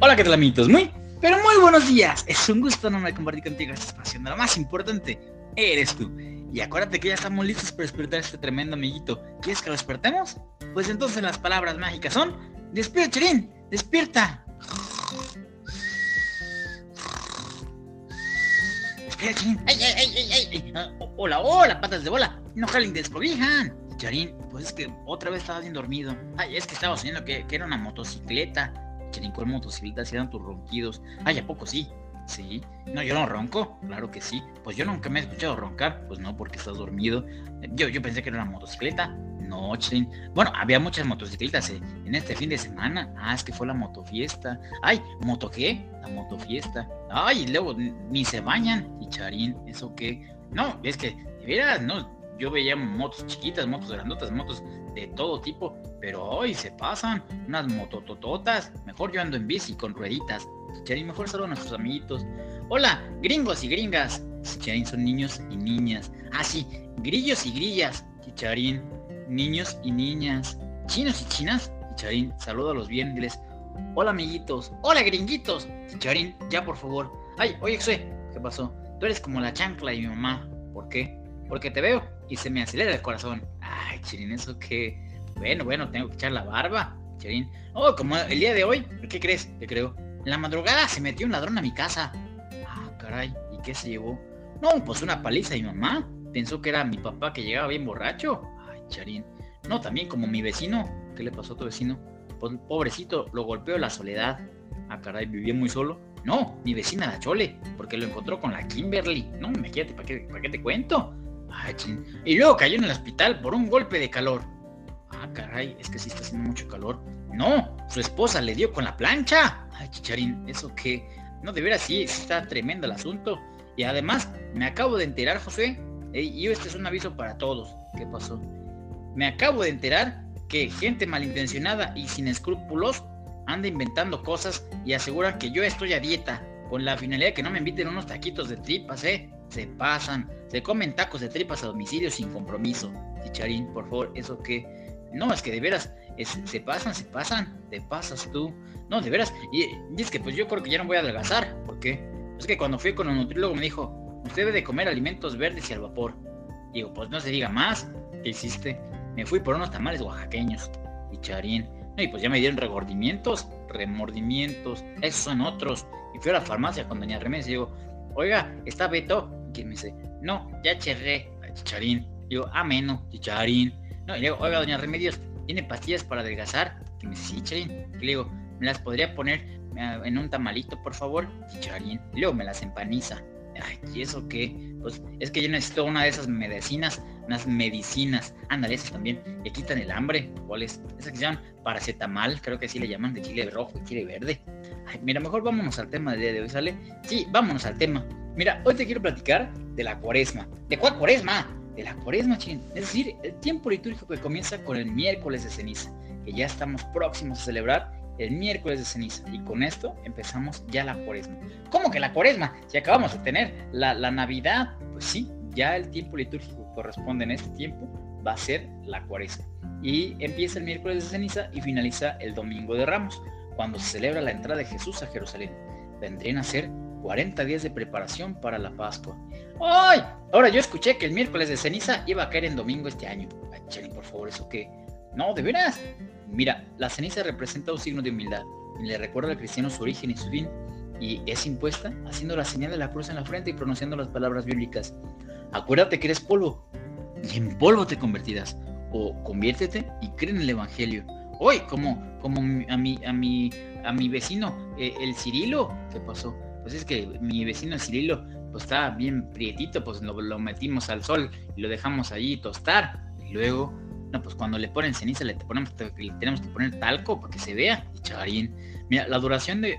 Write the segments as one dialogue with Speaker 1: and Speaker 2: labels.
Speaker 1: Hola, ¿qué tal, amiguitos? Pero muy buenos días. Es un gusto enorme compartir contigo este espacio, donde lo más importante eres tú. Y acuérdate que ya estamos listos para despertar a este tremendo amiguito. ¿Quieres que lo despertemos? Pues entonces las palabras mágicas son: despierta, Chirín, despierta. Despierta, Chirín. ¡Ay! Hola, patas de bola. No jalen, descobijan. Charín, pues es que otra vez estaba bien dormido. Ay, es que estaba soñando que era una motocicleta. Charín, ¿cuál motocicleta? Si eran tus ronquidos. Ay, ¿a poco sí? Sí. No, yo no ronco. Claro que sí. Pues yo nunca me he escuchado roncar. Pues no, porque estás dormido. Yo pensé que era una motocicleta. No, Charín. Bueno, había muchas motocicletas en este fin de semana. Ah, es que fue la motofiesta. Ay, ¿moto qué? La motofiesta. Ay, y luego ni se bañan. Y Charín, ¿eso qué? No, es que, de veras, no. Yo veía motos chiquitas, motos grandotas, motos de todo tipo, pero hoy se pasan unas mototototas. Mejor yo ando en bici con rueditas. Chicharín, mejor saludan a nuestros amiguitos. Hola, gringos y gringas. Chicharín, son niños y niñas. Ah, sí, grillos y grillas. Chicharín, niños y niñas. Chinos y chinas. Chicharín, salúdalos bien, inglés. Hola, amiguitos. Hola, gringuitos. Chicharín, ya por favor. Ay, oye, Xue, ¿qué pasó? Tú eres como la chancla de mi mamá. ¿Por qué? Porque te veo y se me acelera el corazón. Ay, Chirín, ¿eso qué? Bueno, tengo que echar la barba, Chirín. Oh, como el día de hoy, ¿qué crees? Te creo. En la madrugada se metió un ladrón a mi casa. Ah, caray, ¿y qué se llevó? No, pues una paliza. Mi mamá pensó que era mi papá que llegaba bien borracho. Ay, Chirín. No, también como mi vecino. ¿Qué le pasó a tu vecino? Pues pobrecito, lo golpeó la soledad. Ah, caray, ¿vivía muy solo? No, mi vecina la Chole, porque lo encontró con la Kimberly. No, imagínate, ¿para qué te cuento? Ay, Chirín. Y luego cayó en el hospital por un golpe de calor. Ah, caray, es que sí está haciendo mucho calor. No, su esposa le dio con la plancha. Ay, Chicharín, ¿eso qué? No, de veras sí está tremendo el asunto. Y además, me acabo de enterar, José, y este es un aviso para todos. ¿Qué pasó? Me acabo de enterar que gente malintencionada y sin escrúpulos anda inventando cosas y asegura que yo estoy a dieta, con la finalidad de que no me inviten unos taquitos de tripas, Se pasan, se comen tacos de tripas a domicilio sin compromiso. Chicharín, por favor, ¿eso qué? No, es que de veras, se pasan, te pasas tú. No, de veras, y es que pues yo creo que ya no voy a adelgazar. ¿Por qué? Es que cuando fui con el nutriólogo me dijo: usted debe de comer alimentos verdes y al vapor. Digo, pues no se diga más. ¿Qué hiciste? Me fui por unos tamales oaxaqueños. Chicharín. No, y pues ya me dieron remordimientos, esos son otros. Y fui a la farmacia con doña Remedios y digo: oiga, ¿está Beto? ¿Quién me dice? No, ya cherré. Chicharín. Digo, ameno, Chicharín. No, y le digo: oiga, doña Remedios, ¿tiene pastillas para adelgazar? Que me dice: sí, Chicharín. Y le digo: ¿me las podría poner en un tamalito, por favor? Chicharín. Y luego me las empaniza. Ay, ¿y eso qué? Pues es que yo necesito una de esas unas medicinas. Ándale, esas también, que quitan el hambre. ¿Cuáles? Esas que se llaman paracetamol, creo que así le llaman, de chile rojo y chile verde. Ay, mira, mejor vámonos al tema del día de hoy, ¿sale? Sí, vámonos al tema. Mira, hoy te quiero platicar de la cuaresma. ¿De cuál cuaresma? De la cuaresma, Chirín. Es decir, el tiempo litúrgico que comienza con el miércoles de ceniza, que ya estamos próximos a celebrar el miércoles de ceniza, y con esto empezamos ya la cuaresma. ¿Cómo que la cuaresma? Si acabamos de tener la Navidad. Pues sí, ya el tiempo litúrgico que corresponde en este tiempo va a ser la cuaresma, y empieza el miércoles de ceniza y finaliza el domingo de Ramos, cuando se celebra la entrada de Jesús a Jerusalén. Vendrían a ser 40 días de preparación para la Pascua. ¡Ay! Ahora yo escuché que el miércoles de ceniza iba a caer en domingo este año. Ay, Chani, por favor, ¿eso qué? No, de veras. Mira, la ceniza representa un signo de humildad y le recuerda al cristiano su origen y su fin, y es impuesta haciendo la señal de la cruz en la frente y pronunciando las palabras bíblicas: acuérdate que eres polvo y en polvo te convertirás, o conviértete y cree en el evangelio. Hoy, como a mi vecino, el Cirilo. ¿Qué pasó? Pues es que mi vecino, el Cirilo, pues está bien prietito, pues lo metimos al sol y lo dejamos allí tostar, y luego, no, pues cuando le ponen ceniza le tenemos que poner talco para que se vea. Y Charín, mira, la duración de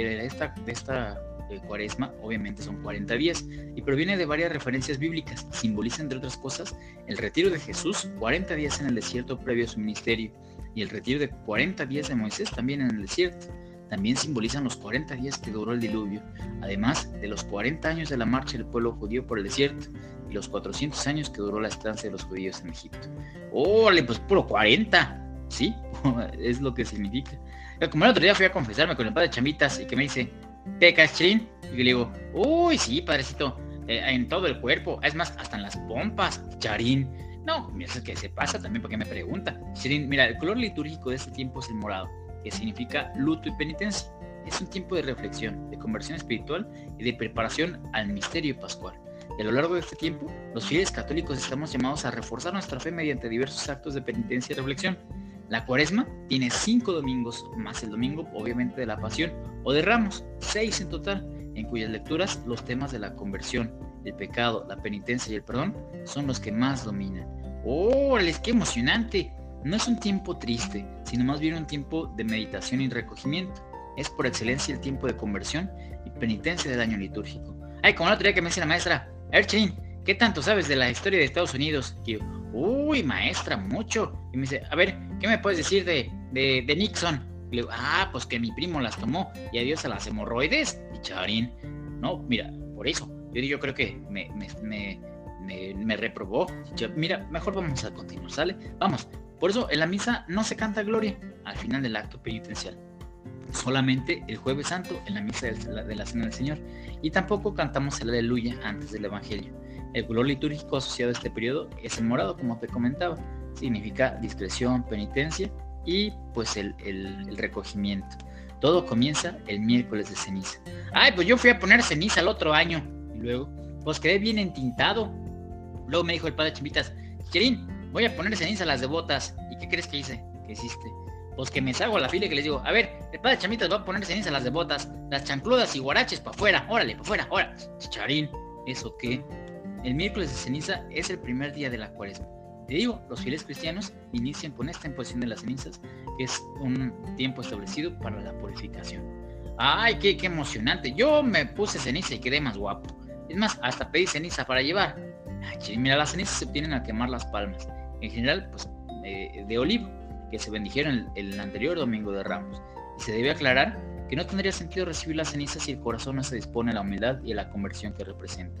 Speaker 1: esta cuaresma obviamente son 40 días y proviene de varias referencias bíblicas. Simboliza, entre otras cosas, el retiro de Jesús, 40 días en el desierto previo a su ministerio, y el retiro de 40 días de Moisés también en el desierto. También simbolizan los 40 días que duró el diluvio, además de los 40 años de la marcha del pueblo judío por el desierto y los 400 años que duró la estancia de los judíos en Egipto. ¡Órale! Pues puro 40. Sí, es lo que significa. Como el otro día fui a confesarme con el padre Chamitas y que me dice, ¿te caes, Chirín? Y yo le digo, uy, sí, padrecito, en todo el cuerpo, es más, hasta en las pompas, Charín. No, mira, es que se pasa también porque me pregunta. Chirín, mira, el color litúrgico de este tiempo es el morado, que significa luto y penitencia. Es un tiempo de reflexión, de conversión espiritual y de preparación al misterio pascual. Y a lo largo de este tiempo, los fieles católicos estamos llamados a reforzar nuestra fe mediante diversos actos de penitencia y reflexión. La Cuaresma tiene 5 domingos, más el domingo, obviamente, de la Pasión o de Ramos, 6 en total, en cuyas lecturas los temas de la conversión, el pecado, la penitencia y el perdón son los que más dominan. ¡Órale, qué emocionante! No es un tiempo triste, sino más bien un tiempo de meditación y recogimiento. Es por excelencia el tiempo de conversión y penitencia del año litúrgico. Ay, como la otra día que me dice la maestra, a ver, Charín, ¿qué tanto sabes de la historia de Estados Unidos? Y yo, uy, maestra, mucho. Y me dice, a ver, ¿qué me puedes decir de Nixon? Y le digo, pues que mi primo las tomó y adiós a las hemorroides. Y Charín, no, mira, por eso. Yo creo que me reprobó. Yo, mira, mejor vamos a continuar, ¿sale? Vamos. Por eso en la misa no se canta gloria al final del acto penitencial. Solamente el Jueves Santo en la misa de la Cena del Señor. Y tampoco cantamos el Aleluya antes del Evangelio. El color litúrgico asociado a este periodo es el morado, como te comentaba. Significa discreción, penitencia y pues el recogimiento. Todo comienza el miércoles de ceniza. Ay, pues yo fui a poner ceniza el otro año. Y luego, pues quedé bien entintado. Luego me dijo el padre Chimitas, Chirín, voy a poner ceniza a las devotas. ¿Y qué crees que hice? ¿Qué hiciste? Pues que me salgo a la fila y que les digo, a ver, el padre Chamitas va a poner ceniza a las devotas, las chancludas y guaraches para afuera, órale, para afuera, órale. Chicharín, ¿eso qué? El miércoles de ceniza es el primer día de la Cuaresma. Te digo, los fieles cristianos inician con esta imposición de las cenizas, que es un tiempo establecido para la purificación. Ay, qué emocionante. Yo me puse ceniza y quedé más guapo. Es más, hasta pedí ceniza para llevar. Ay, mira, las cenizas se obtienen al quemar las palmas. En general, pues, de olivo, que se bendijeron el anterior domingo de Ramos. Y se debe aclarar que no tendría sentido recibir las cenizas si el corazón no se dispone a la humildad y a la conversión que representa.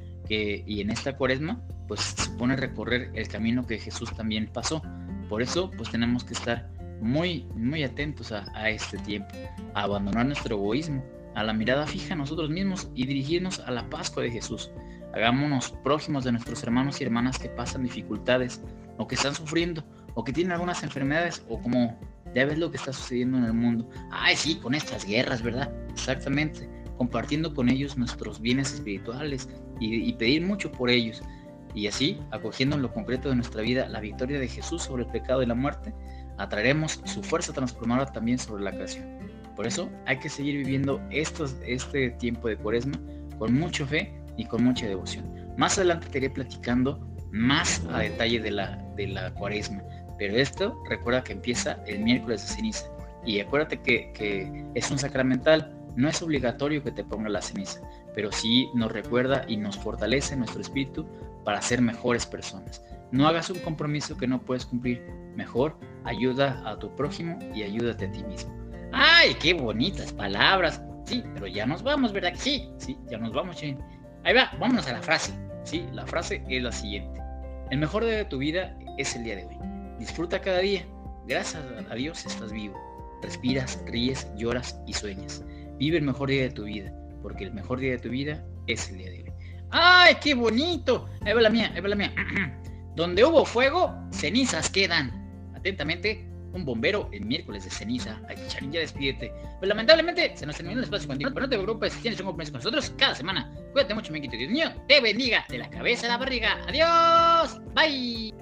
Speaker 1: Y en esta Cuaresma, pues supone recorrer el camino que Jesús también pasó. Por eso, pues tenemos que estar muy, muy atentos a este tiempo, a abandonar nuestro egoísmo, a la mirada fija a nosotros mismos y dirigirnos a la Pascua de Jesús. Hagámonos prójimos de nuestros hermanos y hermanas que pasan dificultades o que están sufriendo o que tienen algunas enfermedades o como ya ves lo que está sucediendo en el mundo. Ay, sí, con estas guerras, ¿verdad? Exactamente. Compartiendo con ellos nuestros bienes espirituales y pedir mucho por ellos. Y así, acogiendo en lo concreto de nuestra vida la victoria de Jesús sobre el pecado y la muerte, atraeremos su fuerza transformadora también sobre la creación. Por eso hay que seguir viviendo este tiempo de Cuaresma con mucha fe y con mucha devoción. Más adelante te iré platicando más a detalle de la Cuaresma, pero esto recuerda que empieza el miércoles de ceniza y acuérdate que es un sacramental. No es obligatorio que te ponga la ceniza, pero sí nos recuerda y nos fortalece nuestro espíritu para ser mejores personas. No hagas un compromiso que no puedes cumplir. Mejor ayuda a tu prójimo y ayúdate a ti mismo. ¡Ay, qué bonitas palabras! Sí, pero ya nos vamos, ¿verdad que sí? Sí, ya nos vamos, Charín. Ahí va, vámonos a la frase. Sí, la frase es la siguiente. El mejor día de tu vida es el día de hoy. Disfruta cada día. Gracias a Dios estás vivo. Respiras, ríes, lloras y sueñas. Vive el mejor día de tu vida, porque el mejor día de tu vida es el día de hoy. ¡Ay, qué bonito! Ahí va la mía, ahí va la mía. Donde hubo fuego, cenizas quedan. Atentamente, un bombero el miércoles de ceniza. Ay, Charín, ya despídete. Pues lamentablemente se nos terminó el espacio contigo, pero no te preocupes, tienes un compromiso con nosotros cada semana. Cuídate mucho, mi amiguito. Dios mío, te bendiga de la cabeza a la barriga. ¡Adiós! ¡Bye!